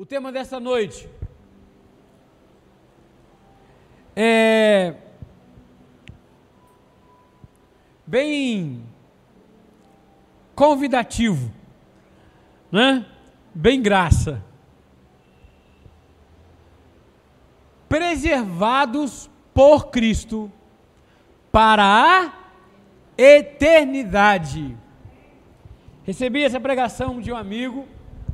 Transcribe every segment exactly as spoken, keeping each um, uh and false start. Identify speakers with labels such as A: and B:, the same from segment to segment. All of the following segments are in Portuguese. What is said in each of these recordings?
A: O tema dessa noite é bem convidativo, né? Bem graça. Preservados por Cristo para a eternidade. Recebi essa pregação de um amigo,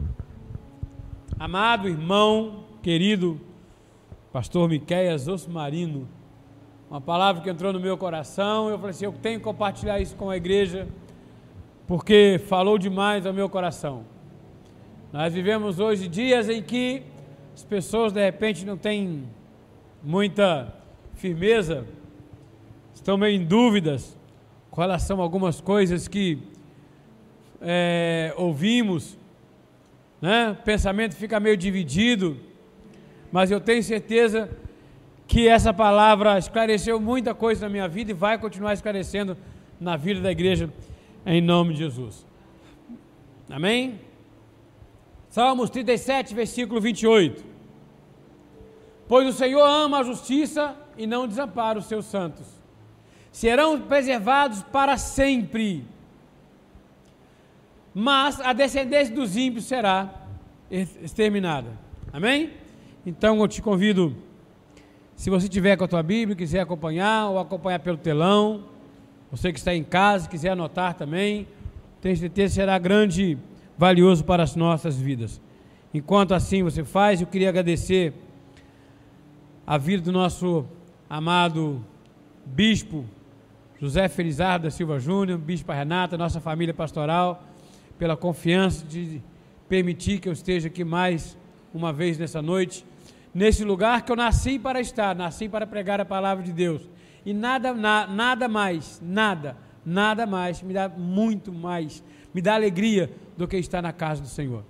A: amado irmão, querido, pastor Miqueias Osmarino. Uma palavra que entrou no meu coração. Eu falei assim: eu tenho que compartilhar isso com a igreja, porque falou demais ao meu coração. Nós vivemos hoje dias em que as pessoas de repente não têm muita firmeza, estão meio em dúvidas com relação a algumas coisas que é, ouvimos, né? O pensamento fica meio dividido, mas eu tenho certeza que essa palavra esclareceu muita coisa na minha vida e vai continuar esclarecendo na vida da igreja, em nome de Jesus. Amém? Salmos trinta e sete, versículo vinte e oito. Pois o Senhor ama a justiça e não desampara os seus santos. Serão preservados para sempre. Mas a descendência dos ímpios será exterminada. Amém? Então eu te convido, se você tiver com a tua Bíblia, quiser acompanhar ou acompanhar pelo telão, você que está em casa, quiser anotar também, tenho certeza que será grande, valioso para as nossas vidas. Enquanto assim você faz, eu queria agradecer a vida do nosso amado bispo José Felizardo da Silva Júnior, bispa Renata, nossa família pastoral, pela confiança de permitir que eu esteja aqui mais uma vez nessa noite, nesse lugar que eu nasci para estar, nasci para pregar a palavra de Deus, e nada, na, nada mais, nada, nada mais, me dá muito mais, me dá alegria do que estar na casa do Senhor.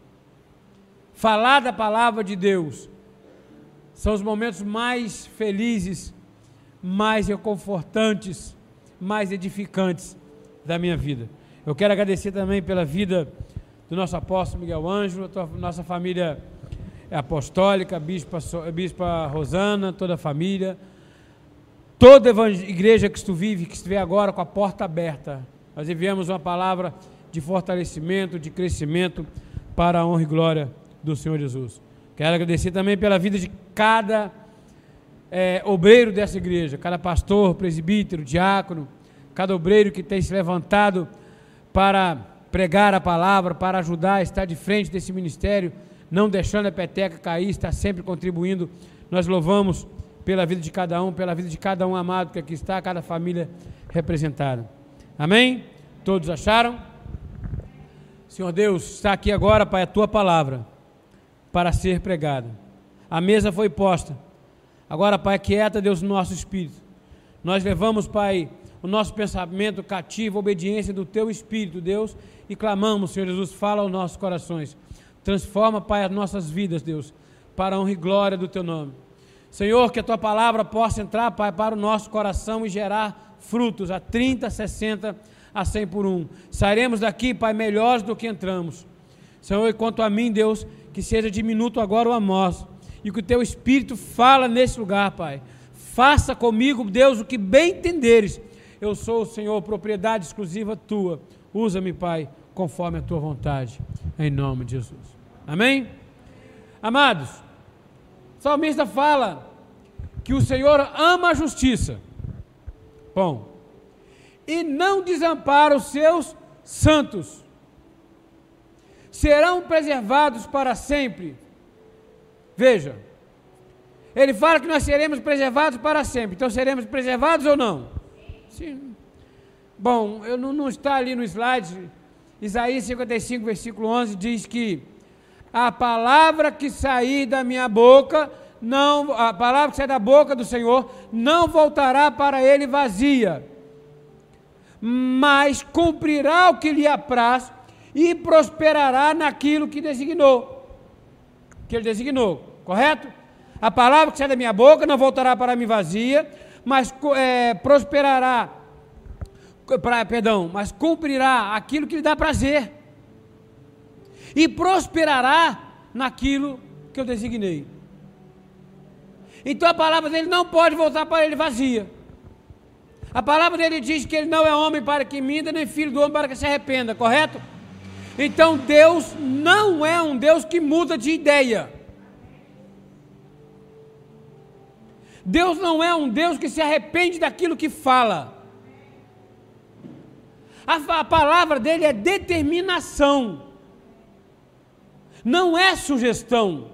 A: Falar da palavra de Deus são os momentos mais felizes, mais reconfortantes, mais edificantes da minha vida. Eu quero agradecer também pela vida do nosso apóstolo Miguel Ângelo, nossa família apostólica, a bispa, a bispa Rosana, toda a família, toda a igreja que tu vive, que estiver agora com a porta aberta. Nós enviamos uma palavra de fortalecimento, de crescimento para a honra e glória do Senhor Jesus. Quero agradecer também pela vida de cada é, obreiro dessa igreja, cada pastor, presbítero, diácono, cada obreiro que tem se levantado para pregar a palavra, para ajudar a estar de frente desse ministério, não deixando a peteca cair, está sempre contribuindo. Nós louvamos pela vida de cada um, pela vida de cada um amado que aqui está, cada família representada. Amém? Todos acharam? Senhor Deus, está aqui agora, Pai, a Tua palavra para ser pregada. A mesa foi posta. Agora, Pai, quieta, Deus, no nosso espírito. Nós levamos, Pai, o nosso pensamento cativo, a obediência do Teu Espírito, Deus, e clamamos, Senhor Jesus, fala aos nossos corações. Transforma, Pai, as nossas vidas, Deus, para a honra e glória do Teu nome. Senhor, que a Tua palavra possa entrar, Pai, para o nosso coração e gerar frutos a trinta, sessenta, a cem por um. Sairemos daqui, Pai, melhores do que entramos. Senhor, e quanto a mim, Deus, que seja diminuto agora o amor, e que o Teu Espírito fala nesse lugar, Pai. Faça comigo, Deus, o que bem entenderes. Eu sou, Senhor, propriedade exclusiva Tua. Usa-me, Pai, conforme a Tua vontade, em nome de Jesus. Amém? Amados, o salmista fala que o Senhor ama a justiça, bom, e não desampara os seus santos. Serão preservados para sempre. Veja, ele fala que nós seremos preservados para sempre. Então seremos preservados ou não? Sim. Bom, eu não, não está ali no slide. Isaías cinquenta e cinco, versículo onze diz que a palavra que sair da minha boca, não, a palavra que sair da boca do Senhor não voltará para ele vazia, mas cumprirá o que lhe apraz e prosperará naquilo que designou, que ele designou, correto? A palavra que sai da minha boca não voltará para mim vazia, mas é, prosperará, pra, perdão, mas cumprirá aquilo que lhe dá prazer, e prosperará naquilo que eu designei. Então a palavra dele não pode voltar para ele vazia. A palavra dele diz que ele não é homem para que minta, nem filho do homem para que se arrependa, correto? Então Deus não é um Deus que muda de ideia. Deus não é um Deus que se arrepende daquilo que fala. A, a palavra dele é determinação, não é sugestão.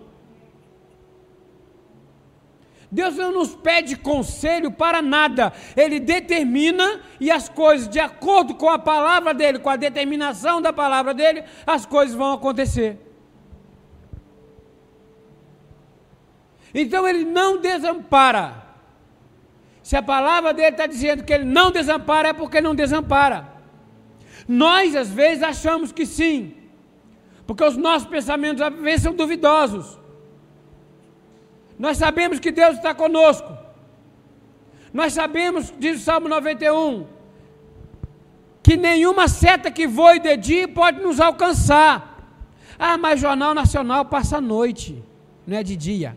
A: Deus não nos pede conselho para nada, Ele determina e as coisas, de acordo com a palavra dEle, com a determinação da palavra dEle, as coisas vão acontecer. Então Ele não desampara. Se a palavra dEle está dizendo que Ele não desampara, é porque Ele não desampara. Nós às vezes achamos que sim, porque os nossos pensamentos às vezes são duvidosos. Nós sabemos que Deus está conosco. Nós sabemos, diz o Salmo noventa e um, que nenhuma seta que voe de dia pode nos alcançar. Ah, mas Jornal Nacional passa à noite, não é de dia.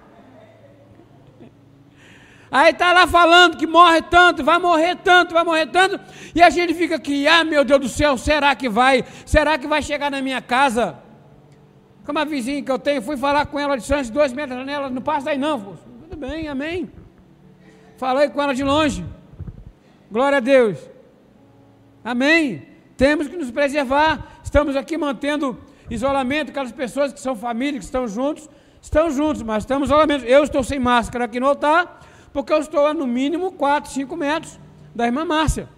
A: Aí está lá falando que morre tanto, vai morrer tanto, vai morrer tanto, e a gente fica aqui, ah, meu Deus do céu, será que vai? Será que vai chegar na minha casa? Como a vizinha que eu tenho, fui falar com ela de distância, dois metros da janela, não passa aí não. Falei, tudo bem, amém. Falei com ela de longe. Glória a Deus. Amém. Temos que nos preservar. Estamos aqui mantendo isolamento, aquelas pessoas que são família, que estão juntos, estão juntos, mas estamos isolamento. Eu estou sem máscara aqui no altar, porque eu estou a no mínimo quatro, cinco metros da irmã Márcia.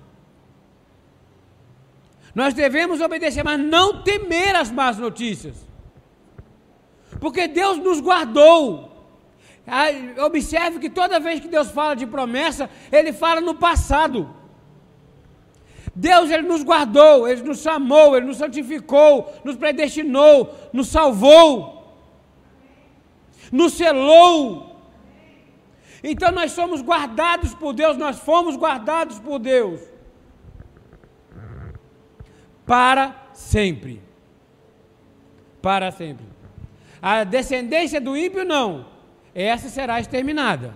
A: Nós devemos obedecer, mas não temer as más notícias. Porque Deus nos guardou. Observe que toda vez que Deus fala de promessa, Ele fala no passado. Deus, Ele nos guardou, Ele nos chamou, Ele nos santificou, nos predestinou, nos salvou, nos selou. Então nós somos guardados por Deus, nós fomos guardados por Deus. Para sempre. Para sempre. A descendência do ímpio não, essa será exterminada.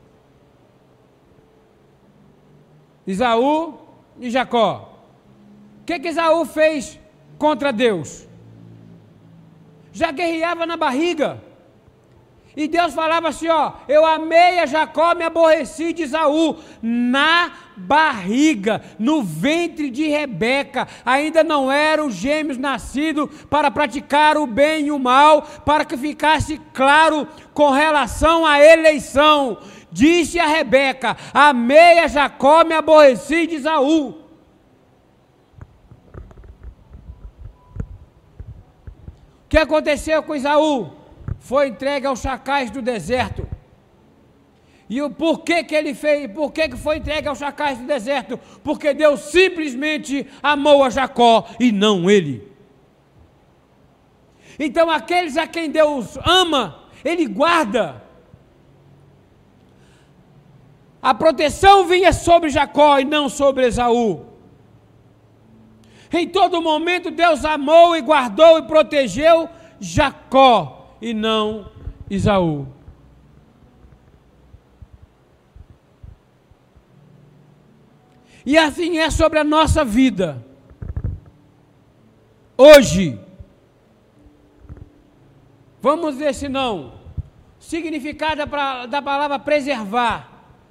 A: Esaú e Jacó. O que que Esaú fez contra Deus? Já guerreava na barriga. E Deus falava assim, ó, eu amei a Jacó, me aborreci de Esaú, na barriga, no ventre de Rebeca, ainda não eram gêmeos nascidos para praticar o bem e o mal, para que ficasse claro com relação à eleição. Disse a Rebeca, amei a Jacó, me aborreci de Esaú. O que aconteceu com Esaú? Foi entregue aos chacais do deserto. E o porquê que ele fez, por que foi entregue aos chacais do deserto? Porque Deus simplesmente amou a Jacó e não ele. Então aqueles a quem Deus ama, Ele guarda. A proteção vinha sobre Jacó e não sobre Esaú. Em todo momento Deus amou e guardou e protegeu Jacó e não Esaú. E assim é sobre a nossa vida. Hoje, vamos ver se não, significado da palavra preservar.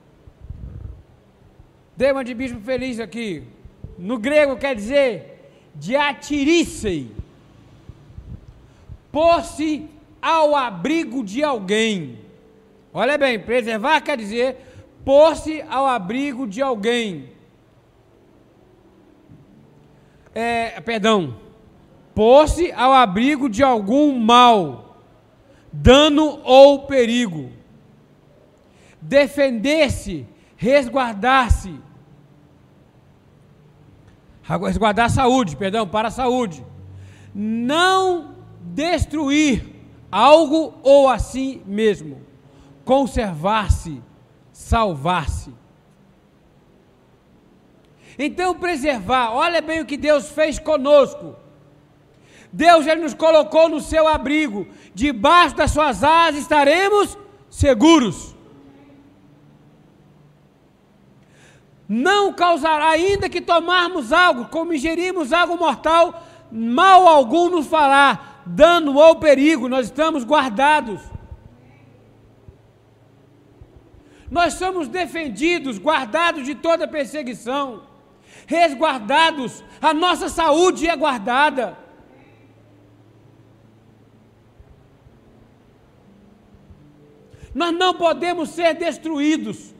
A: Dei uma de bispo feliz aqui. No grego quer dizer diatirissei, pôr-se ao abrigo de alguém. Olha bem, preservar quer dizer pôr-se ao abrigo de alguém. É, perdão, pôr-se ao abrigo de algum mal, dano ou perigo. Defender-se, resguardar-se. Resguardar a saúde, perdão, para a saúde. Não destruir algo ou a si mesmo, conservar-se, salvar-se. Então preservar, olha bem o que Deus fez conosco, Deus, Ele nos colocou no seu abrigo, debaixo das suas asas estaremos seguros. Não causará, ainda que tomarmos algo, como ingerirmos algo mortal, mal algum nos fará, dano ou perigo, nós estamos guardados. Nós somos defendidos, guardados de toda perseguição, resguardados, a nossa saúde é guardada. Nós não podemos ser destruídos.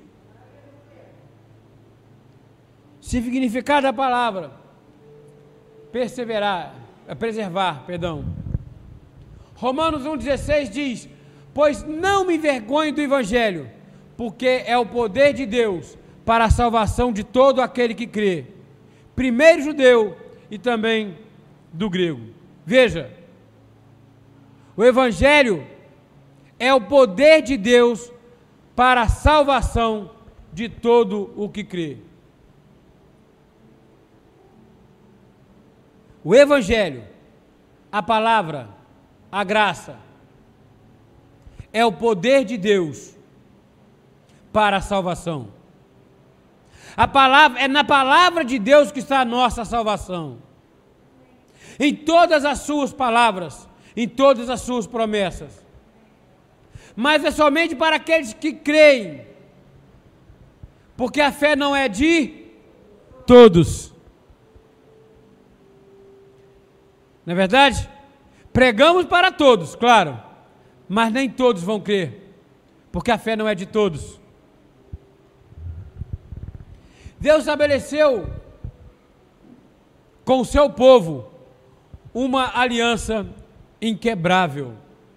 A: Significado da palavra: perseverar, preservar, perdão. Romanos um, dezesseis diz: pois não me envergonho do Evangelho, porque é o poder de Deus para a salvação de todo aquele que crê, primeiro judeu e também do grego. Veja, o Evangelho é o poder de Deus para a salvação de todo o que crê. O Evangelho, a palavra, a graça, é o poder de Deus para a salvação. A palavra, é na palavra de Deus que está a nossa salvação. Em todas as suas palavras, em todas as suas promessas. Mas é somente para aqueles que creem, porque a fé não é de todos. Não é verdade? Pregamos para todos, claro, mas nem todos vão crer, porque a fé não é de todos. Deus estabeleceu com o seu povo uma aliança inquebrável.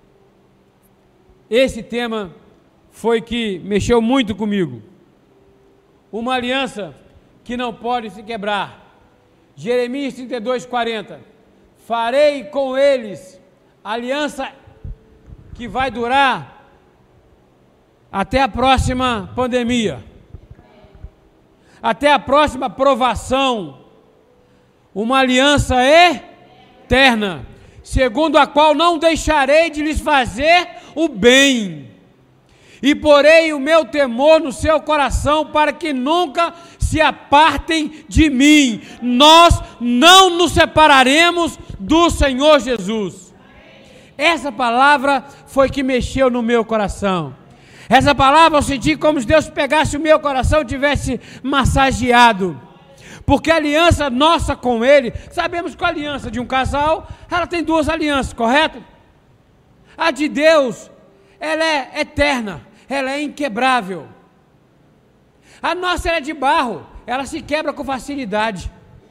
A: Esse tema foi que mexeu muito comigo. Uma aliança que não pode se quebrar. Jeremias trinta e dois, quarenta. Farei com eles aliança que vai durar até a próxima pandemia, até a próxima provação. Uma aliança eterna, segundo a qual não deixarei de lhes fazer o bem, e porei o meu temor no seu coração, para que nunca se apartem de mim. Nós não nos separaremos do Senhor Jesus. Essa palavra foi que mexeu no meu coração. Essa palavra eu senti como se Deus pegasse o meu coração e tivesse massageado. Porque a aliança nossa com Ele, sabemos que a aliança de um casal, ela tem duas alianças, correto? A de Deus, ela é eterna, ela é inquebrável. A nossa ela é de barro, ela se quebra com facilidade.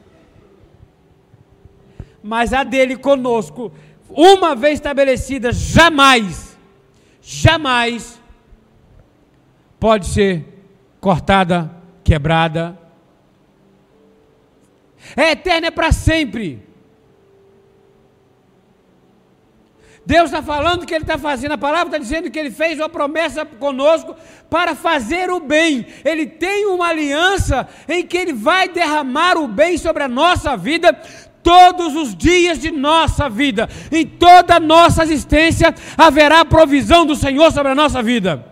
A: Mas a dele conosco, uma vez estabelecida, jamais, jamais pode ser cortada, quebrada. É eterna, é para sempre. Deus está falando que Ele está fazendo, a palavra está dizendo que Ele fez uma promessa conosco para fazer o bem. Ele tem uma aliança em que Ele vai derramar o bem sobre a nossa vida todos os dias de nossa vida. Em toda a nossa existência haverá provisão do Senhor sobre a nossa vida.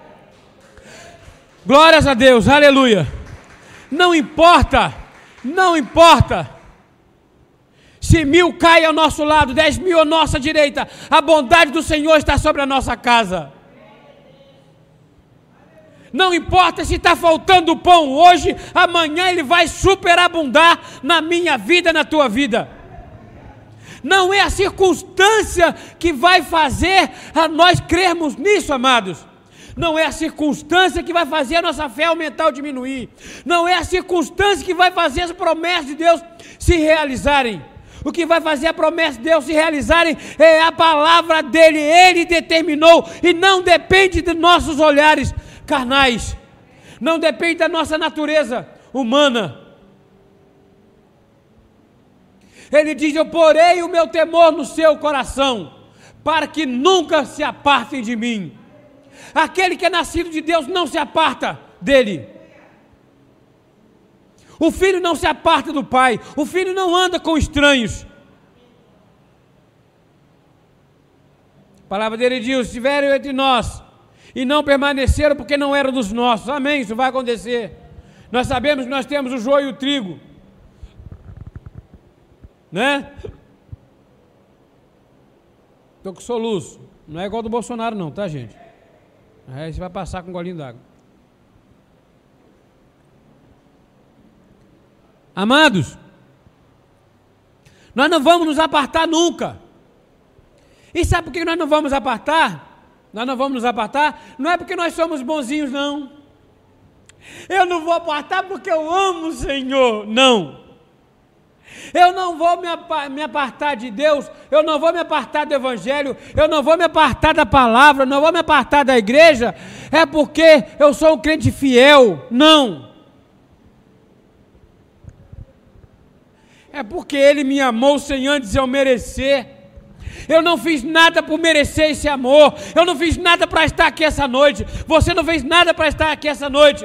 A: Glórias a Deus, aleluia. Não importa, não importa se mil caem ao nosso lado, dez mil à nossa direita, a bondade do Senhor está sobre a nossa casa. Não importa se está faltando pão hoje, amanhã ele vai superabundar na minha vida, na tua vida. Não é a circunstância que vai fazer a nós crermos nisso, amados. Não é a circunstância que vai fazer a nossa fé aumentar ou diminuir. Não é a circunstância que vai fazer as promessas de Deus se realizarem. O que vai fazer a promessa de Deus se realizarem é a palavra dele. Ele determinou e não depende de nossos olhares carnais. Não depende da nossa natureza humana. Ele diz: eu porei o meu temor no seu coração, para que nunca se apartem de mim. Aquele que é nascido de Deus não se aparta dele. O filho não se aparta do pai. O filho não anda com estranhos. palavra dele diz: estiveram entre nós e não permaneceram porque não eram dos nossos. Amém, isso vai acontecer. Nós sabemos que nós temos o joio e o trigo, né? Estou com soluço, não é igual do Bolsonaro não, tá, gente? Aí você vai passar com um golinho d'água. Amados, nós não vamos nos apartar nunca. E sabe por que nós não vamos apartar? Nós não vamos nos apartar? Não é porque nós somos bonzinhos, não. Eu não vou apartar porque eu amo o Senhor, não. Eu não vou me apartar de Deus, eu não vou me apartar do Evangelho, eu não vou me apartar da palavra, eu não vou me apartar da igreja, é porque eu sou um crente fiel, não. É porque Ele me amou sem antes eu merecer. Eu não fiz nada por merecer esse amor, eu não fiz nada para estar aqui essa noite, você não fez nada para estar aqui essa noite.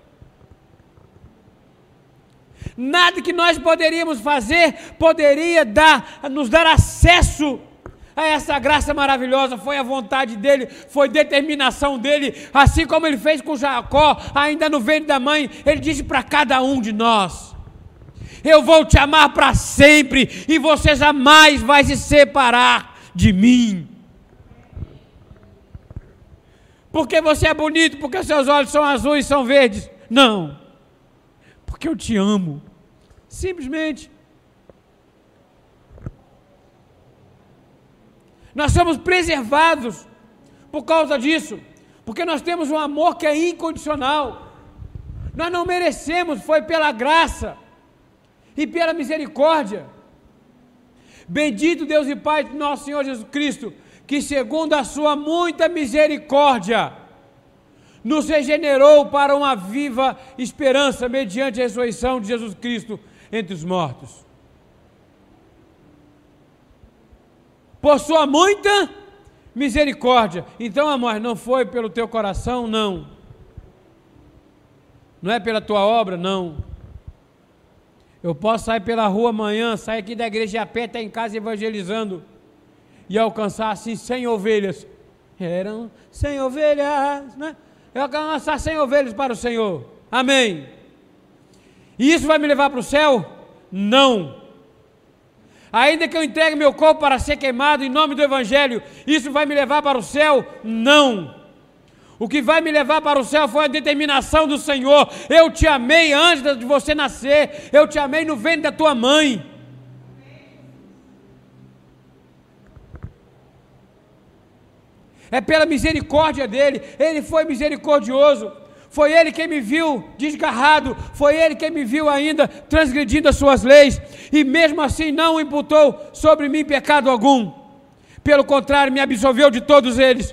A: Nada que nós poderíamos fazer poderia dar, nos dar acesso a essa graça maravilhosa. Foi a vontade dele, foi determinação dele, assim como ele fez com Jacó, ainda no ventre da mãe. Ele disse para cada um de nós: eu vou te amar para sempre e você jamais vai se separar de mim. Porque você é bonito, porque seus olhos são azuis e são verdes? Não, porque eu te amo, simplesmente. Nós somos preservados por causa disso, porque nós temos um amor que é incondicional. Nós não merecemos, foi pela graça e pela misericórdia. Bendito Deus e Pai de nosso Senhor Jesus Cristo, que segundo a sua muita misericórdia nos regenerou para uma viva esperança mediante a ressurreição de Jesus Cristo entre os mortos. Por sua muita misericórdia. Então, amor, não foi pelo teu coração, não. Não é pela tua obra, não. Eu posso sair pela rua amanhã, sair aqui da igreja a pé, estar em casa evangelizando e alcançar assim cem ovelhas. Eram cem ovelhas, né? Eu alcançar cem ovelhas para o Senhor. Amém. E isso vai me levar para o céu? Não. Ainda que eu entregue meu corpo para ser queimado em nome do Evangelho, isso vai me levar para o céu? Não. O que vai me levar para o céu foi a determinação do Senhor. Eu te amei antes de você nascer, eu te amei no ventre da tua mãe. É pela misericórdia dele, ele foi misericordioso, foi ele quem me viu desgarrado, foi ele quem me viu ainda transgredindo as suas leis, e mesmo assim não imputou sobre mim pecado algum, pelo contrário me absolveu de todos eles,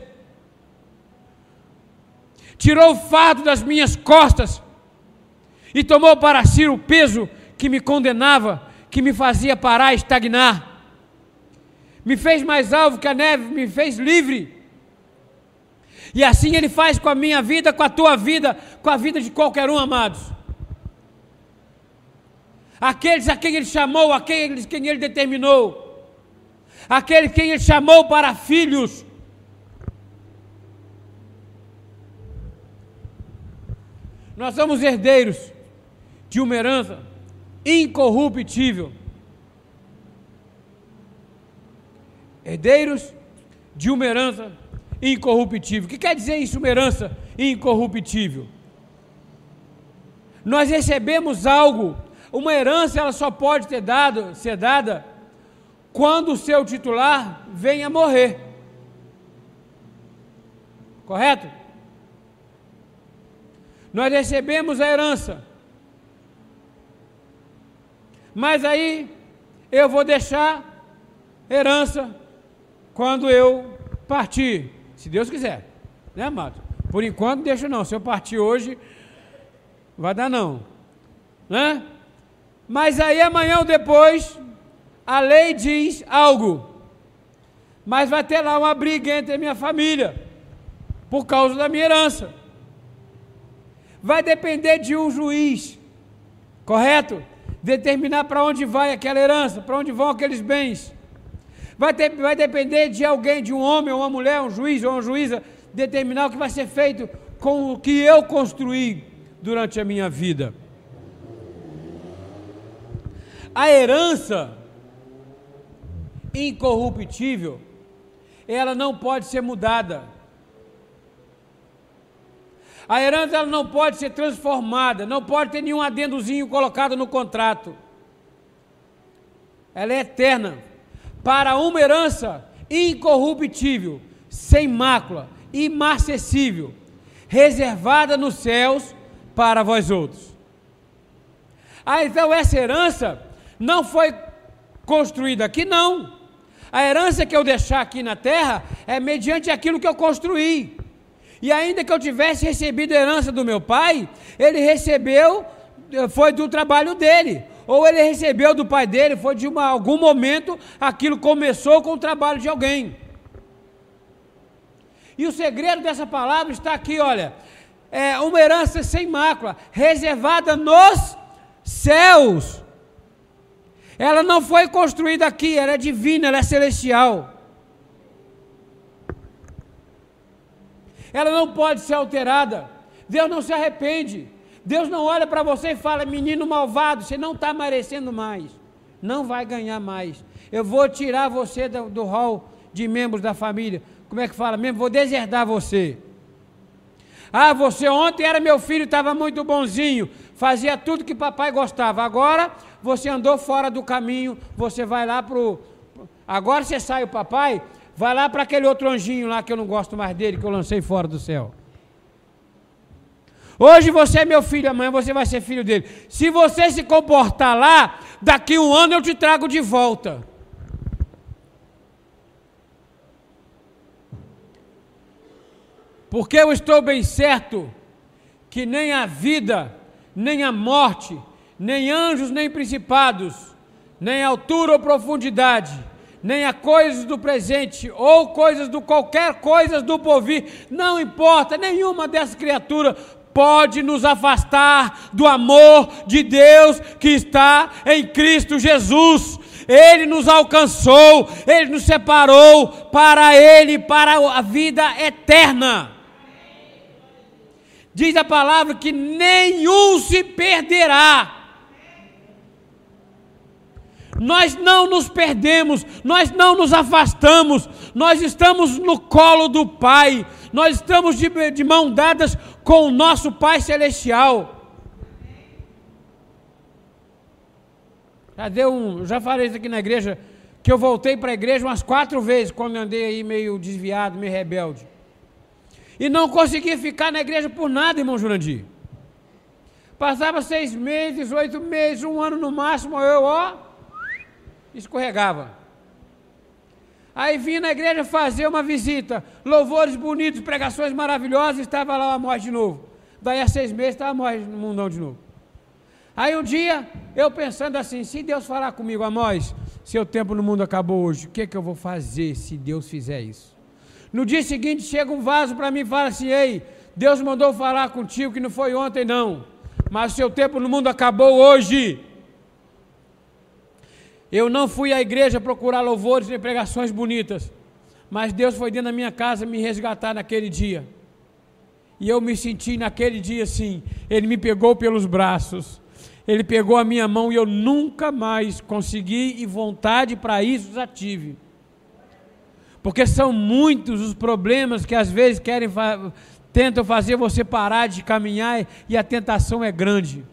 A: tirou o fardo das minhas costas, e tomou para si o peso que me condenava, que me fazia parar e estagnar, me fez mais alvo que a neve, me fez livre. E assim Ele faz com a minha vida, com a tua vida, com a vida de qualquer um, amados. Aqueles a quem Ele chamou, aqueles a quem Ele determinou, aqueles a quem Ele chamou para filhos. Nós somos herdeiros de uma herança incorruptível. Herdeiros de uma herança incorruptível. O que quer dizer isso, uma herança incorruptível? Nós recebemos algo, uma herança ela só pode ter dado, ser dada quando o seu titular venha a morrer. Correto? Nós recebemos a herança, mas aí eu vou deixar herança quando eu partir. Se Deus quiser, né, amado? Por enquanto, deixa não. Se eu partir hoje, vai dar não, né? Mas aí amanhã ou depois, a lei diz algo, mas vai ter lá uma briga entre a minha família, por causa da minha herança. Vai depender de um juiz, correto? Determinar para onde vai aquela herança, para onde vão aqueles bens. Vai, ter, vai depender de alguém, de um homem, ou uma mulher, um juiz ou uma juíza, determinar o que vai ser feito com o que eu construí durante a minha vida. A herança incorruptível, ela não pode ser mudada. A herança ela não pode ser transformada, não pode ter nenhum adendozinho colocado no contrato. Ela é eterna. Para uma herança incorruptível, sem mácula, imarcessível, reservada nos céus para vós outros. Ah, então essa herança não foi construída aqui, não. A herança que eu deixar aqui na terra é mediante aquilo que eu construí. E ainda que eu tivesse recebido a herança do meu pai, ele recebeu, foi do trabalho dele. Ou ele recebeu do pai dele, foi de uma, algum momento, aquilo começou com o trabalho de alguém. E o segredo dessa palavra está aqui, olha, é uma herança sem mácula, reservada nos céus. Ela não foi construída aqui, ela é divina, ela é celestial. Ela não pode ser alterada. Deus não se arrepende. Deus não olha para você e fala, menino malvado, você não está merecendo mais. Não vai ganhar mais. Eu vou tirar você do, do hall de membros da família. Como é que fala mesmo? Vou deserdar você. Ah, você ontem era meu filho, estava muito bonzinho, fazia tudo que papai gostava. Agora você andou fora do caminho, você vai lá para o... Agora você sai o papai... Vai lá para aquele outro anjinho lá que eu não gosto mais dele, que eu lancei fora do céu. Hoje você é meu filho, amanhã você vai ser filho dele. Se você se comportar lá, daqui um ano eu te trago de volta. Porque eu estou bem certo que nem a vida, nem a morte, nem anjos, nem principados, nem altura ou profundidade, nem a coisas do presente, ou coisas do qualquer coisas do porvir, não importa, nenhuma dessas criaturas pode nos afastar do amor de Deus que está em Cristo Jesus. Ele nos alcançou, Ele nos separou para Ele, para a vida eterna. Diz a palavra que nenhum se perderá. Nós não nos perdemos, nós não nos afastamos, nós estamos no colo do Pai, nós estamos de, de mão dadas com o nosso Pai Celestial. Já deu um, já falei isso aqui na igreja, que eu voltei para a igreja umas quatro vezes, quando andei aí meio desviado, meio rebelde. E não consegui ficar na igreja por nada, irmão Jurandir. Passava seis meses, oito meses, um ano no máximo, eu, ó... escorregava. Aí vim na igreja fazer uma visita, louvores bonitos, pregações maravilhosas, estava lá a morte de novo. Daí a seis meses estava a morte no mundão de novo. Aí um dia, eu pensando assim, se Deus falar comigo, Amós, seu tempo no mundo acabou hoje, o que, que eu vou fazer se Deus fizer isso? No dia seguinte chega um vaso para mim e fala assim, ei, Deus mandou falar contigo que não foi ontem não, mas o seu tempo no mundo acabou hoje. Eu não fui à igreja procurar louvores nem pregações bonitas, mas Deus foi dentro da minha casa me resgatar naquele dia. E eu me senti naquele dia assim, Ele me pegou pelos braços, Ele pegou a minha mão e eu nunca mais consegui, e vontade para isso já tive. Porque são muitos os problemas que às vezes querem, tentam fazer você parar de caminhar, e a tentação é grande.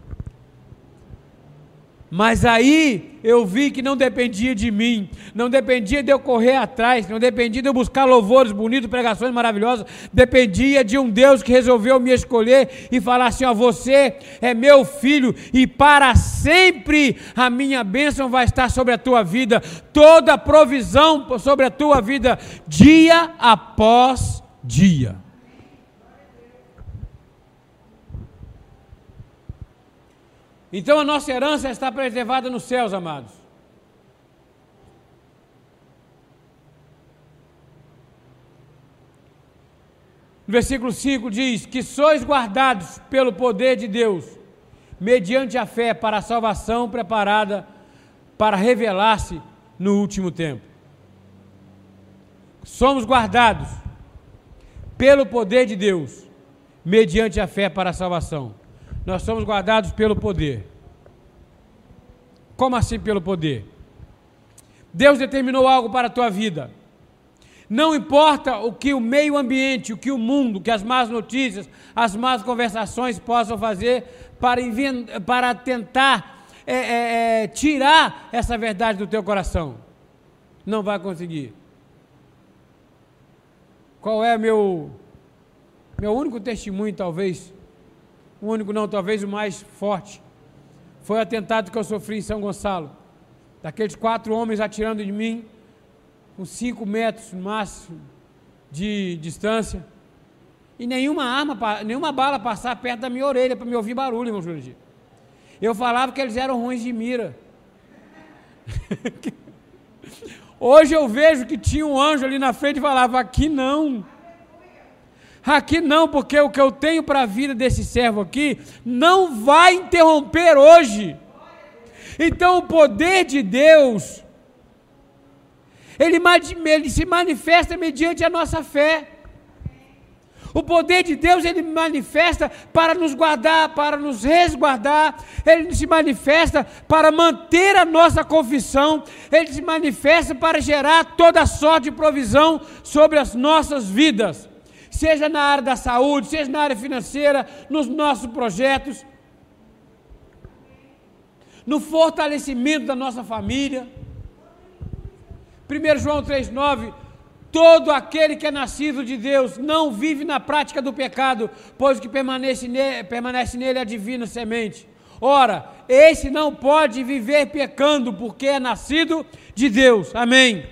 A: Mas aí eu vi que não dependia de mim, não dependia de eu correr atrás, não dependia de eu buscar louvores bonitos, pregações maravilhosas, dependia de um Deus que resolveu me escolher e falar assim, ó, você é meu filho e para sempre a minha bênção vai estar sobre a tua vida, toda a provisão sobre a tua vida, dia após dia. Então a nossa herança está preservada nos céus, amados. No versículo cinco diz que sois guardados pelo poder de Deus, mediante a fé para a salvação preparada para revelar-se no último tempo. somos guardados pelo poder de Deus, mediante a fé para a salvação. Nós somos guardados pelo poder. Como assim pelo poder? Deus determinou algo para a tua vida. Não importa o que o meio ambiente, o que o mundo, que as más notícias, as más conversações possam fazer para, para tentar é, é, é, tirar essa verdade do teu coração. Não vai conseguir. Qual é meu, meu único testemunho, talvez, o único não, talvez o mais forte, foi o atentado que eu sofri em São Gonçalo. Daqueles quatro homens atirando em mim, com cinco metros no máximo de distância, e nenhuma arma, nenhuma bala passar perto da minha orelha para me ouvir barulho, irmão Jurandir. Eu falava que eles eram ruins de mira. Hoje eu vejo que tinha um anjo ali na frente e falava, aqui não. Aqui não, porque o que eu tenho para a vida desse servo aqui não vai interromper hoje. Então o poder de Deus, ele, ele se manifesta mediante a nossa fé. O poder de Deus, ele manifesta para nos guardar, para nos resguardar, ele se manifesta para manter a nossa confissão, ele se manifesta para gerar toda sorte de provisão sobre as nossas vidas, seja na área da saúde, seja na área financeira, nos nossos projetos, no fortalecimento da nossa família. primeiro João três, nove, todo aquele que é nascido de Deus não vive na prática do pecado, pois o que permanece nele, permanece nele é a divina semente. Ora, esse não pode viver pecando, porque é nascido de Deus. Amém.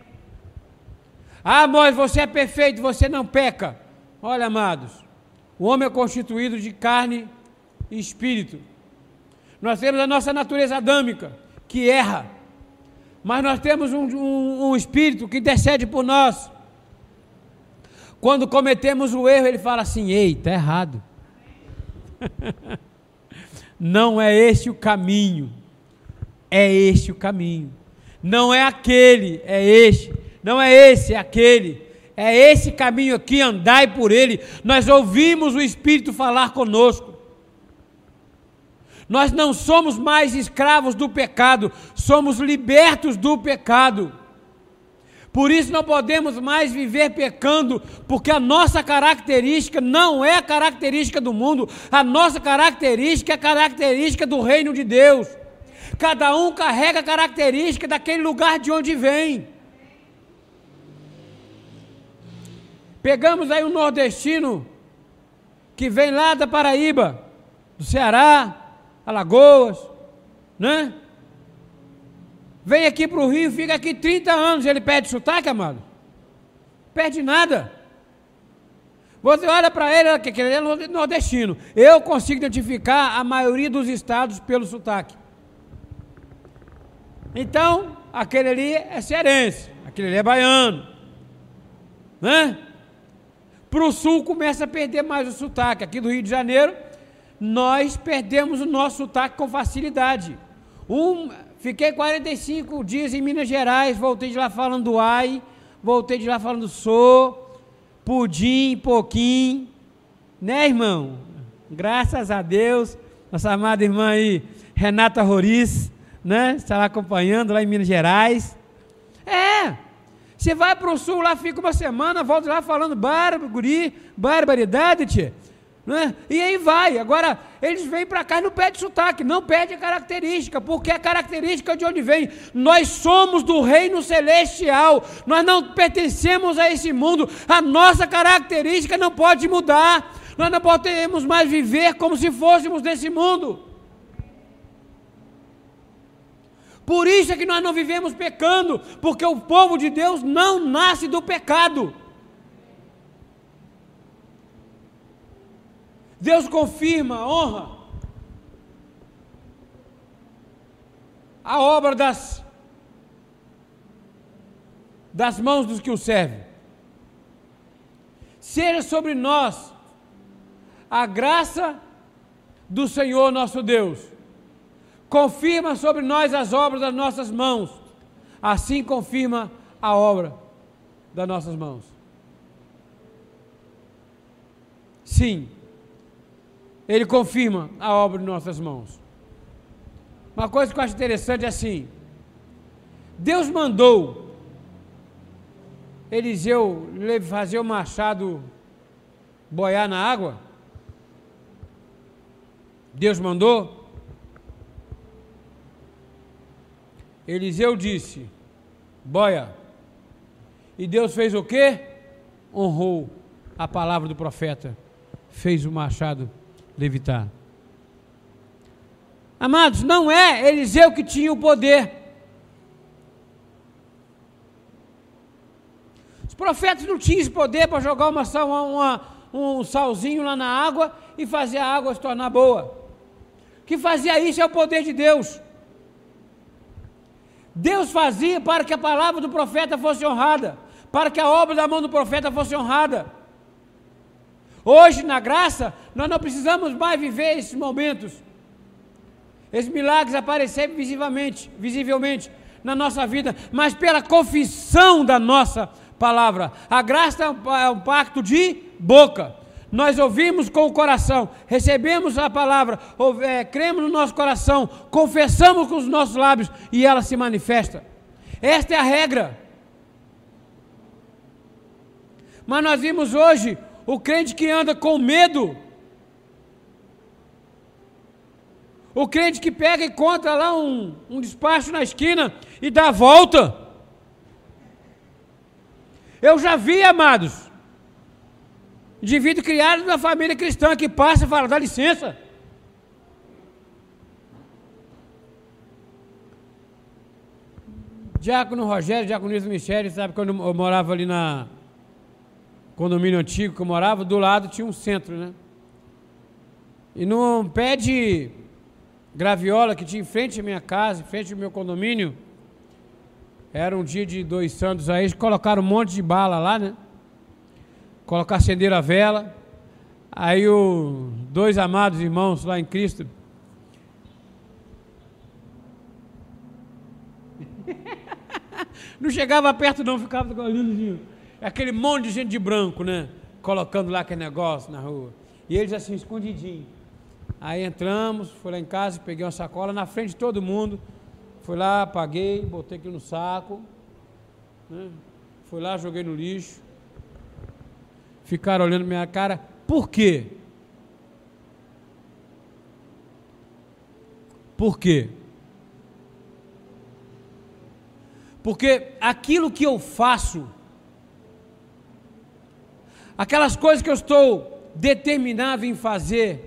A: Ah, mas você é perfeito, você não peca. Olha, amados, o homem é constituído de carne e espírito. Nós temos a nossa natureza adâmica, que erra, mas nós temos um, um, um espírito que intercede por nós. Quando cometemos o erro, ele fala assim, ei, está errado. Não é esse o caminho, é este o caminho. Não é aquele, é este. Não é esse, é aquele. É esse caminho aqui, andai por ele. Nós ouvimos o Espírito falar conosco. Nós não somos mais escravos do pecado, somos libertos do pecado. Por isso não podemos mais viver pecando, porque a nossa característica não é a característica do mundo, a nossa característica é a característica do reino de Deus. Cada um carrega a característica daquele lugar de onde vem. Pegamos aí um nordestino que vem lá da Paraíba, do Ceará, Alagoas, né? Vem aqui para o Rio, fica aqui trinta anos, ele perde sotaque, amado? Perde nada. Você olha para ele, que ele é nordestino. Eu consigo identificar a maioria dos estados pelo sotaque. Então, aquele ali é cearense, aquele ali é baiano, né? Para o sul começa a perder mais o sotaque. Aqui do Rio de Janeiro, nós perdemos o nosso sotaque com facilidade. Um, fiquei quarenta e cinco dias em Minas Gerais, voltei de lá falando ai, voltei de lá falando sou, pudim, pouquinho, né, irmão? Graças a Deus, nossa amada irmã aí, Renata Roriz, né, está lá acompanhando lá em Minas Gerais. É, você vai para o sul, lá fica uma semana, volta lá falando barba, guri, barbaridade, tia. Né? E aí vai, agora eles vêm para cá e não perdem sotaque, não perde a característica, porque é a característica de onde vem. Nós somos do reino celestial, nós não pertencemos a esse mundo, a nossa característica não pode mudar, nós não podemos mais viver como se fôssemos desse mundo. Por isso é que nós não vivemos pecando, porque o povo de Deus não nasce do pecado. Deus confirma, honra a obra das, das mãos dos que o servem. Seja sobre nós a graça do Senhor nosso Deus. Confirma sobre nós as obras das nossas mãos. Assim confirma a obra das nossas mãos. Sim, Ele confirma a obra de nossas mãos. Uma coisa que eu acho interessante é assim, Deus mandou Eliseu fazer o machado boiar na água? Deus mandou? Eliseu disse, boia. E Deus fez o quê? Honrou a palavra do profeta, fez o machado levitar. Amados, não é Eliseu que tinha o poder. Os profetas não tinham esse poder para jogar uma, uma, um salzinho lá na água e fazer a água se tornar boa. O que fazia isso é o poder de Deus. Deus fazia para que a palavra do profeta fosse honrada, para que a obra da mão do profeta fosse honrada. Hoje, na graça, nós não precisamos mais viver esses momentos, esses milagres aparecerem visivelmente, visivelmente na nossa vida, mas pela confissão da nossa palavra. A graça é um, é um pacto de boca. Nós ouvimos com o coração, recebemos a palavra, ou, é, cremos no nosso coração, confessamos com os nossos lábios e ela se manifesta. Esta é a regra. Mas nós vimos hoje o crente que anda com medo, o crente que pega e encontra lá um, um despacho na esquina e dá a volta. Eu já vi, amados, indivíduo criado numa família cristã que passa e fala, dá licença. Diácono Rogério, diaconisa Michele, sabe quando eu morava ali na condomínio antigo que eu morava, do lado tinha um centro, né? E num pé de graviola que tinha em frente à minha casa, em frente ao meu condomínio, era um dia de dois santos aí, eles colocaram um monte de bala lá, né? Colocar, acenderam a vela, aí os dois amados irmãos lá em Cristo, não chegava perto não, ficava olhando, aquele monte de gente de branco, né, colocando lá aquele negócio na rua, e eles assim, escondidinho. Aí entramos, fui lá em casa, peguei uma sacola, na frente de todo mundo, fui lá, paguei, botei aqui no saco, né? Fui lá, joguei no lixo, ficaram olhando minha cara, por quê? Por quê? Porque aquilo que eu faço, aquelas coisas que eu estou determinado em fazer,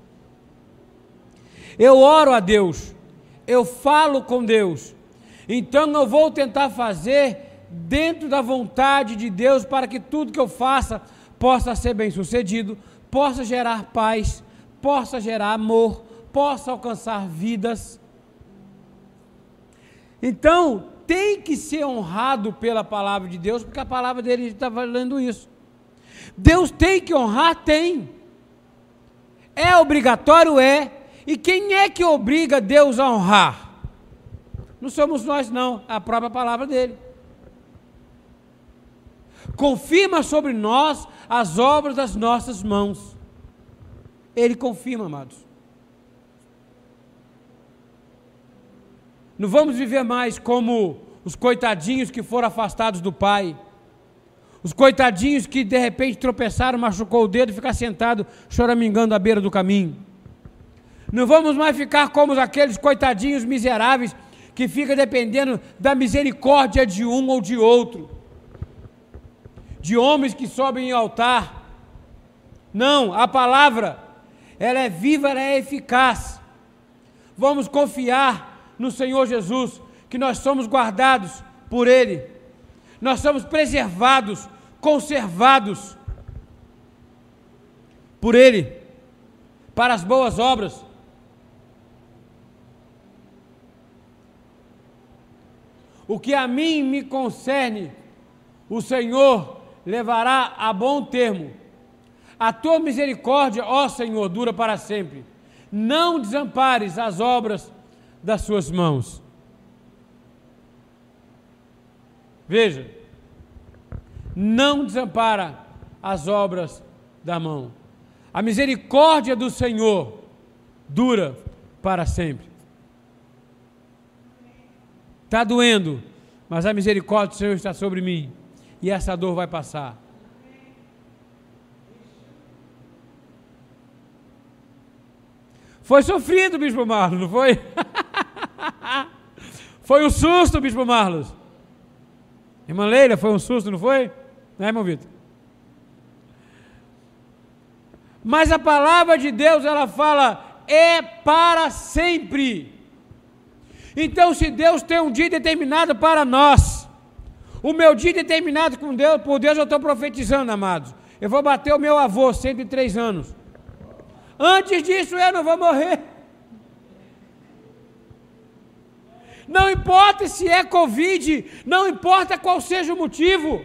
A: eu oro a Deus, eu falo com Deus, então eu vou tentar fazer dentro da vontade de Deus para que tudo que eu faça possa ser bem sucedido, possa gerar paz, possa gerar amor, possa alcançar vidas. Então, tem que ser honrado pela palavra de Deus, porque a palavra dele está falando isso. Deus tem que honrar? Tem. É obrigatório? É. E quem é que obriga Deus a honrar? Não somos nós não, é a própria palavra dele. Confirma sobre nós as obras das nossas mãos. Ele confirma, amados. Não vamos viver mais como os coitadinhos que foram afastados do Pai, os coitadinhos que de repente tropeçaram, machucou o dedo e ficar sentado choramingando à beira do caminho. Não vamos mais ficar como aqueles coitadinhos miseráveis que ficam dependendo da misericórdia de um ou de outro, de homens que sobem em altar. Não, a palavra, ela é viva, ela é eficaz. Vamos confiar no Senhor Jesus, que nós somos guardados por Ele, nós somos preservados, conservados por Ele, para as boas obras. O que a mim me concerne, o Senhor levará a bom termo. A tua misericórdia, ó Senhor, dura para sempre. Não desampares as obras das suas mãos. Veja, não desampara as obras da mão. A misericórdia do Senhor dura para sempre. Está doendo, mas a misericórdia do Senhor está sobre mim, e essa dor vai passar. Foi sofrido, Bispo Marlos, não foi? Foi um susto, Bispo Marlos. Irmã Leila, foi um susto, não foi? Não é, irmão Vitor? Mas a palavra de Deus, ela fala, é para sempre. Então, se Deus tem um dia determinado para nós, o meu dia determinado com Deus, por Deus eu estou profetizando, amados. Eu vou bater o meu avô, cento e três anos. Antes disso eu não vou morrer. Não importa se é Covid, não importa qual seja o motivo.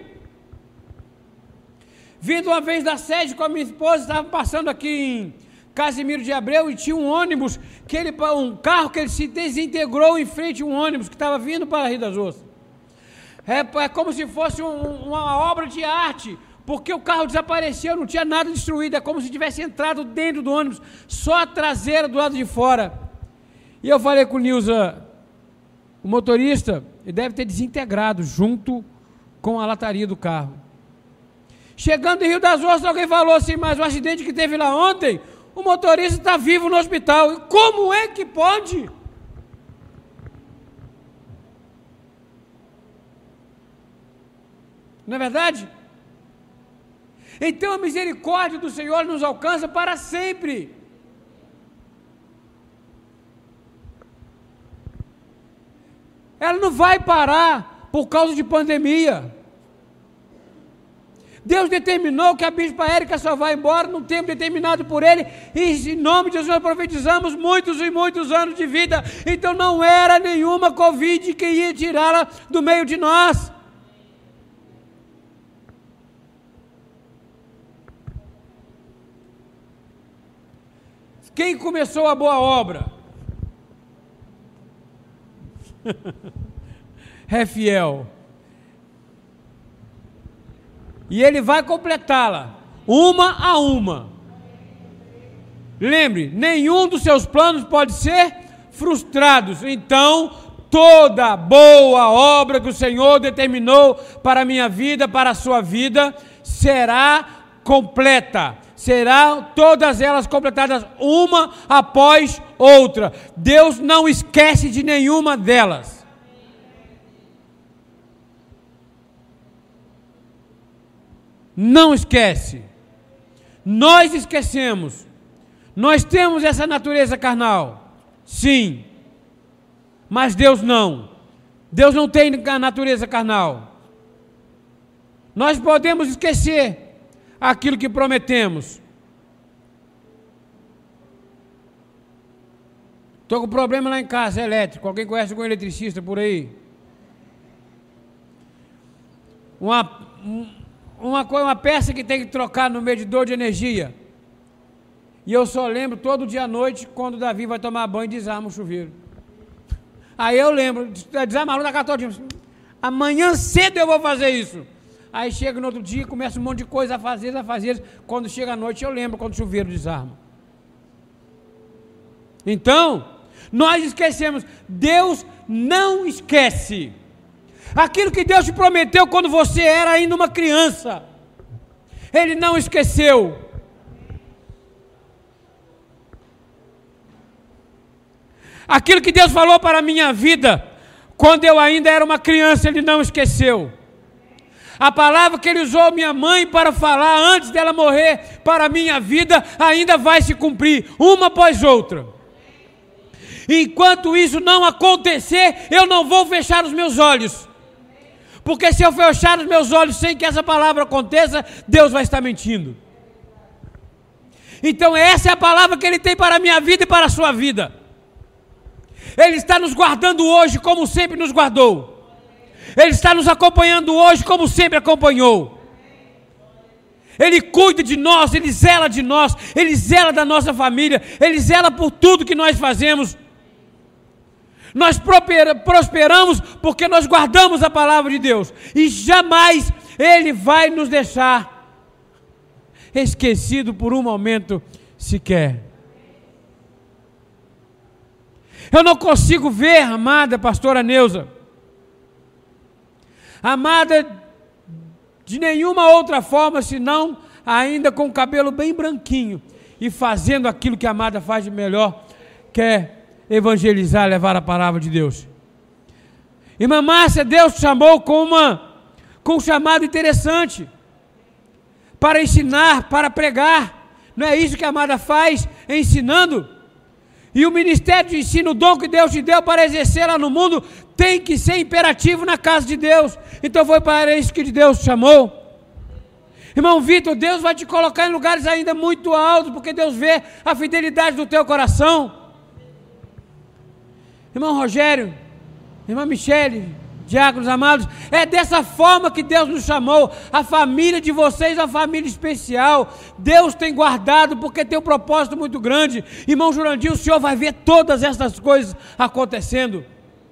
A: Vindo uma vez da sede com a minha esposa, estava passando aqui em Casimiro de Abreu e tinha um ônibus, que ele, um carro que ele se desintegrou em frente a um ônibus que estava vindo para Rio das Ostras. É, é como se fosse um, uma obra de arte, porque o carro desapareceu, não tinha nada destruído, é como se tivesse entrado dentro do ônibus, só a traseira do lado de fora. E eu falei com o Nilza, o motorista, ele deve ter desintegrado junto com a lataria do carro. Chegando em Rio das Ostras, alguém falou assim, mas o acidente que teve lá ontem, o motorista está vivo no hospital. E como é que pode? Não é verdade? Então a misericórdia do Senhor nos alcança para sempre. Ela não vai parar por causa de pandemia. Deus determinou que a bispa Érica só vai embora num tempo determinado por Ele, e em nome de Jesus nós profetizamos muitos e muitos anos de vida. Então não era nenhuma Covid que ia tirá-la do meio de nós. Quem começou a boa obra? É fiel. E Ele vai completá-la, uma a uma. Lembre, nenhum dos seus planos pode ser frustrado. Então, toda boa obra que o Senhor determinou para a minha vida, para a sua vida, será completa. Serão todas elas completadas, uma após outra. Deus não esquece de nenhuma delas. Não esquece. Nós esquecemos. Nós temos essa natureza carnal. Sim. Mas Deus não. Deus não tem a natureza carnal. Nós podemos esquecer aquilo que prometemos. Estou com problema lá em casa, elétrico. Alguém conhece algum eletricista por aí? Uma... Um, Uma, coisa, uma peça que tem que trocar no medidor de energia. E eu só lembro todo dia à noite, quando o Davi vai tomar banho, desarma o chuveiro. Aí eu lembro, desarma a luz da católica. Amanhã cedo eu vou fazer isso. Aí chega no outro dia, começa um monte de coisa a fazer, a fazer. Quando chega a noite, eu lembro quando o chuveiro desarma. Então, nós esquecemos. Deus não esquece. Aquilo que Deus te prometeu quando você era ainda uma criança, Ele não esqueceu. Aquilo que Deus falou para a minha vida, quando eu ainda era uma criança, Ele não esqueceu. A palavra que Ele usou minha mãe para falar antes dela morrer para a minha vida, ainda vai se cumprir, uma após outra. Enquanto isso não acontecer, eu não vou fechar os meus olhos. Porque se eu fechar os meus olhos sem que essa palavra aconteça, Deus vai estar mentindo. Então essa é a palavra que Ele tem para a minha vida e para a sua vida. Ele está nos guardando hoje como sempre nos guardou. Ele está nos acompanhando hoje como sempre acompanhou. Ele cuida de nós, Ele zela de nós, Ele zela da nossa família, Ele zela por tudo que nós fazemos. Nós prosperamos porque nós guardamos a palavra de Deus. E jamais Ele vai nos deixar esquecido por um momento sequer. Eu não consigo ver, amada pastora Neuza, amada de nenhuma outra forma, senão ainda com o cabelo bem branquinho e fazendo aquilo que a amada faz de melhor, que é evangelizar, levar a palavra de Deus. Irmã Márcia, Deus te chamou com, uma, com um chamado interessante, para ensinar, para pregar. Não é isso que a amada faz, ensinando? E o ministério de ensino, o dom que Deus te deu para exercer lá no mundo, tem que ser imperativo na casa de Deus. Então foi para isso que Deus te chamou. Irmão Vitor, Deus vai te colocar em lugares ainda muito altos, porque Deus vê a fidelidade do teu coração. Irmão Rogério, irmã Michele, diáconos amados, é dessa forma que Deus nos chamou. A família de vocês é uma família especial. Deus tem guardado porque tem um propósito muito grande. Irmão Jurandir, o Senhor vai ver todas essas coisas acontecendo.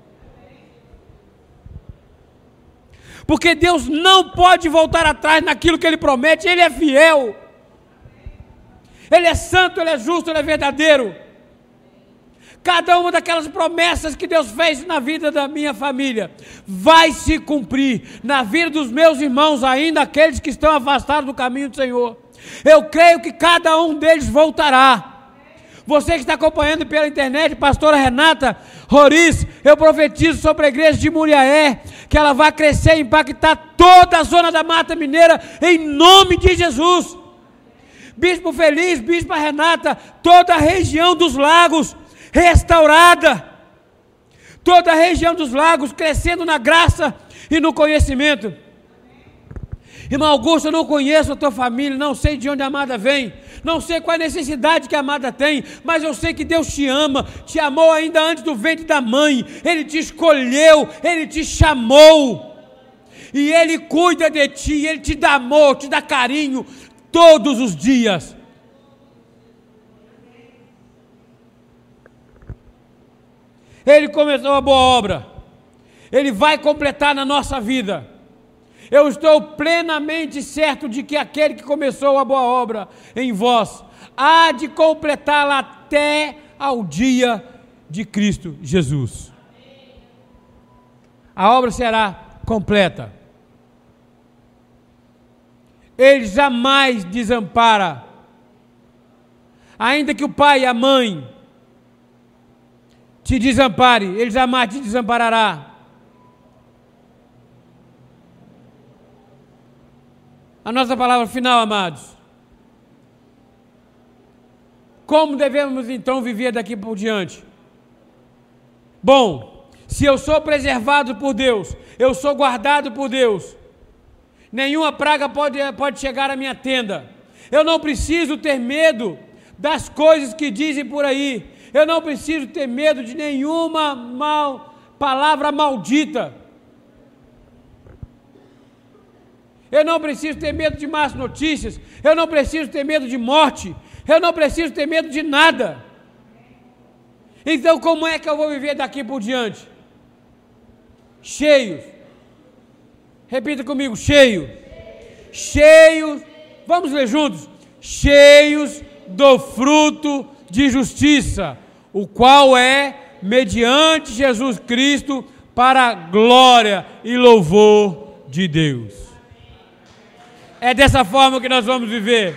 A: Porque Deus não pode voltar atrás naquilo que Ele promete. Ele é fiel. Ele é santo, Ele é justo, Ele é verdadeiro. Cada uma daquelas promessas que Deus fez na vida da minha família vai se cumprir na vida dos meus irmãos, ainda aqueles que estão afastados do caminho do Senhor. Eu creio que cada um deles voltará. Você que está acompanhando pela internet, pastora Renata Roriz, eu profetizo sobre a igreja de Muriaé, que ela vai crescer e impactar toda a zona da Mata Mineira, em nome de Jesus. Bispo Feliz, Bispa Renata, toda a região dos lagos, restaurada, toda a região dos lagos crescendo na graça e no conhecimento. Irmão Augusto, eu não conheço a tua família, não sei de onde a amada vem, não sei qual a necessidade que a amada tem, mas eu sei que Deus te ama, te amou ainda antes do ventre da mãe, Ele te escolheu, Ele te chamou, e Ele cuida de ti, Ele te dá amor, te dá carinho, todos os dias. Ele começou a boa obra, Ele vai completar na nossa vida. Eu estou plenamente certo de que aquele que começou a boa obra em vós, há de completá-la até ao dia de Cristo Jesus. A obra será completa. Ele jamais desampara, ainda que o pai e a mãe te desampare, Ele jamais te desamparará. A nossa palavra final, amados. Como devemos então viver daqui por diante? Bom, se eu sou preservado por Deus, eu sou guardado por Deus, nenhuma praga pode, pode chegar à minha tenda. Eu não preciso ter medo das coisas que dizem por aí. Eu não preciso ter medo de nenhuma mal, palavra maldita. Eu não preciso ter medo de más notícias. Eu não preciso ter medo de morte. Eu não preciso ter medo de nada. Então, como é que eu vou viver daqui por diante? Cheios. Repita comigo, cheio. Cheios. Vamos ler juntos. Cheios do fruto de justiça, o qual é mediante Jesus Cristo para a glória e louvor de Deus. É dessa forma que nós vamos viver,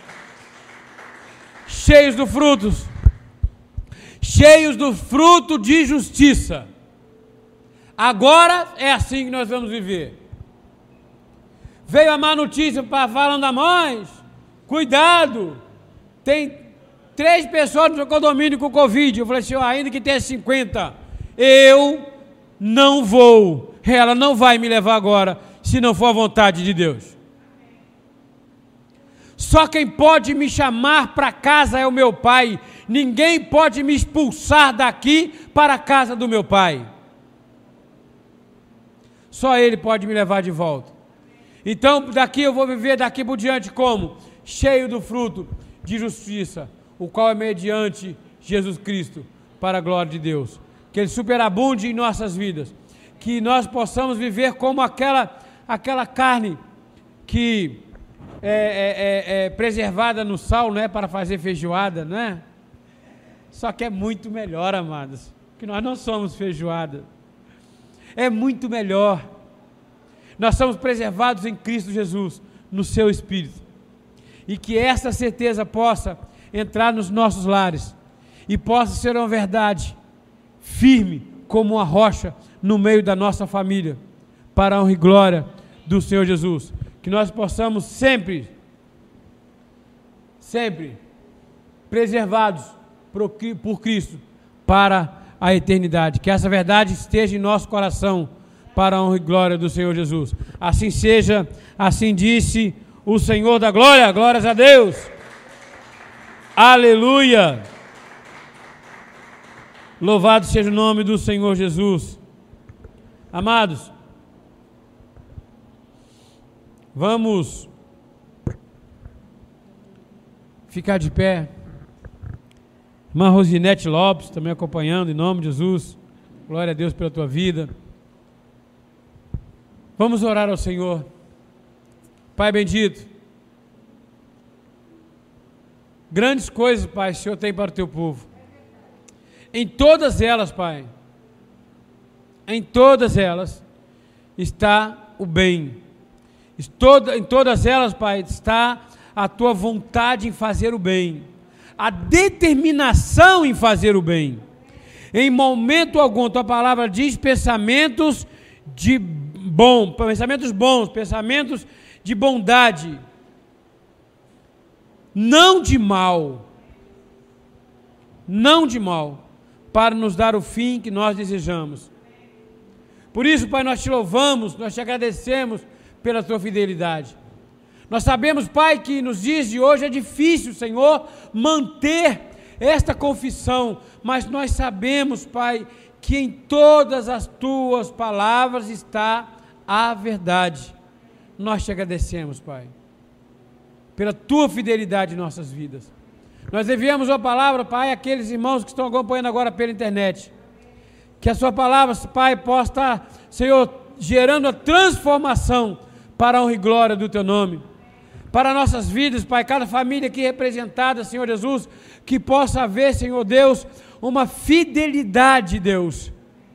A: cheios do frutos, cheios do fruto de justiça. Agora é assim que nós vamos viver. Veio a má notícia para falando a nós, cuidado, tem três pessoas no seu condomínio com Covid. Eu falei assim, ó, ainda que tenha cinquenta, eu não vou, ela não vai me levar agora, se não for a vontade de Deus. Só quem pode me chamar para casa é o meu Pai. Ninguém pode me expulsar daqui para a casa do meu Pai. Só Ele pode me levar de volta. Então, daqui eu vou viver daqui por diante como? Cheio do fruto de justiça, o qual é mediante Jesus Cristo, para a glória de Deus. Que Ele superabunde em nossas vidas. Que nós possamos viver como aquela, aquela carne que é, é, é, é preservada no sal, não é para fazer feijoada, não é? Só que é muito melhor, amados, que nós não somos feijoada. É muito melhor. Nós somos preservados em Cristo Jesus, no seu Espírito. E que essa certeza possa entrar nos nossos lares e possa ser uma verdade firme como uma rocha no meio da nossa família, para a honra e glória do Senhor Jesus. Que nós possamos sempre, sempre preservados por Cristo para a eternidade. Que essa verdade esteja em nosso coração para a honra e glória do Senhor Jesus. Assim seja, assim disse o Senhor da glória. Glórias a Deus. Aleluia. Louvado seja o nome do Senhor Jesus. Amados, vamos ficar de pé. Irmã Rosinete Lopes também acompanhando, em nome de Jesus. Glória a Deus pela tua vida. Vamos orar ao Senhor. Pai bendito, grandes coisas, Pai, o Senhor tem para o teu povo. Em todas elas, Pai, em todas elas está o bem. Em todas elas, Pai, está a tua vontade em fazer o bem, a determinação em fazer o bem. Em momento algum, tua palavra diz pensamentos de bom, pensamentos bons, pensamentos de bondade, não de mal, não de mal, para nos dar o fim que nós desejamos. Por isso, Pai, nós te louvamos, nós te agradecemos pela tua fidelidade. Nós sabemos, Pai, que nos dias de hoje é difícil, Senhor, manter esta confissão, mas nós sabemos, Pai, que em todas as tuas palavras está a verdade. Nós te agradecemos, Pai, pela tua fidelidade em nossas vidas. Nós enviamos uma palavra, Pai, àqueles irmãos que estão acompanhando agora pela internet. Que a sua palavra, Pai, possa estar, Senhor, gerando a transformação para a honra e glória do teu nome. Para nossas vidas, Pai, cada família aqui representada, Senhor Jesus, que possa haver, Senhor Deus, uma fidelidade, Deus,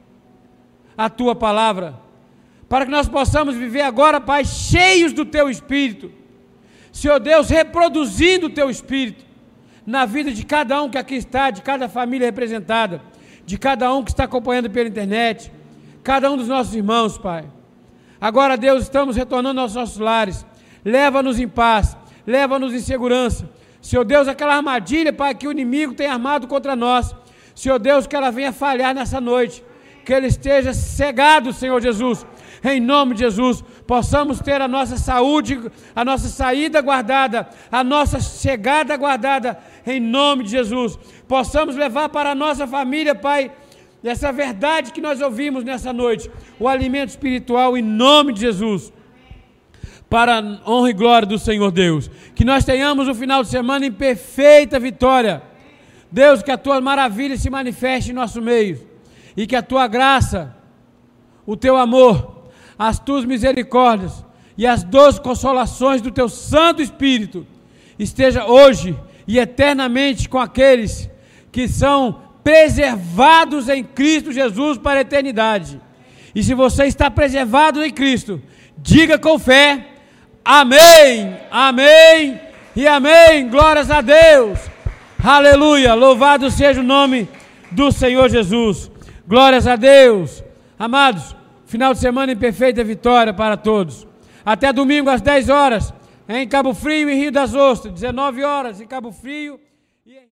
A: à tua palavra. Para que nós possamos viver agora, Pai, cheios do teu Espírito. Senhor Deus, reproduzindo o teu Espírito na vida de cada um que aqui está, de cada família representada, de cada um que está acompanhando pela internet, cada um dos nossos irmãos, Pai. Agora, Deus, estamos retornando aos nossos lares. Leva-nos em paz, leva-nos em segurança. Senhor Deus, aquela armadilha, Pai, que o inimigo tem armado contra nós, Senhor Deus, que ela venha falhar nessa noite, que ele esteja cegado, Senhor Jesus, em nome de Jesus, possamos ter a nossa saúde, a nossa saída guardada, a nossa chegada guardada, em nome de Jesus, possamos levar para a nossa família, Pai, essa verdade que nós ouvimos nessa noite, o alimento espiritual, em nome de Jesus, para a honra e glória do Senhor Deus, que nós tenhamos o final de semana em perfeita vitória. Deus, que a tua maravilha se manifeste em nosso meio, e que a tua graça, o teu amor, as tuas misericórdias e as doces consolações do teu Santo Espírito esteja hoje e eternamente com aqueles que são preservados em Cristo Jesus para a eternidade. E se você está preservado em Cristo, diga com fé, amém, amém e amém, glórias a Deus, aleluia, louvado seja o nome do Senhor Jesus, glórias a Deus. Amados, final de semana em perfeita vitória para todos. Até domingo às dez horas, em Cabo Frio e Rio das Ostras, dezenove horas em Cabo Frio.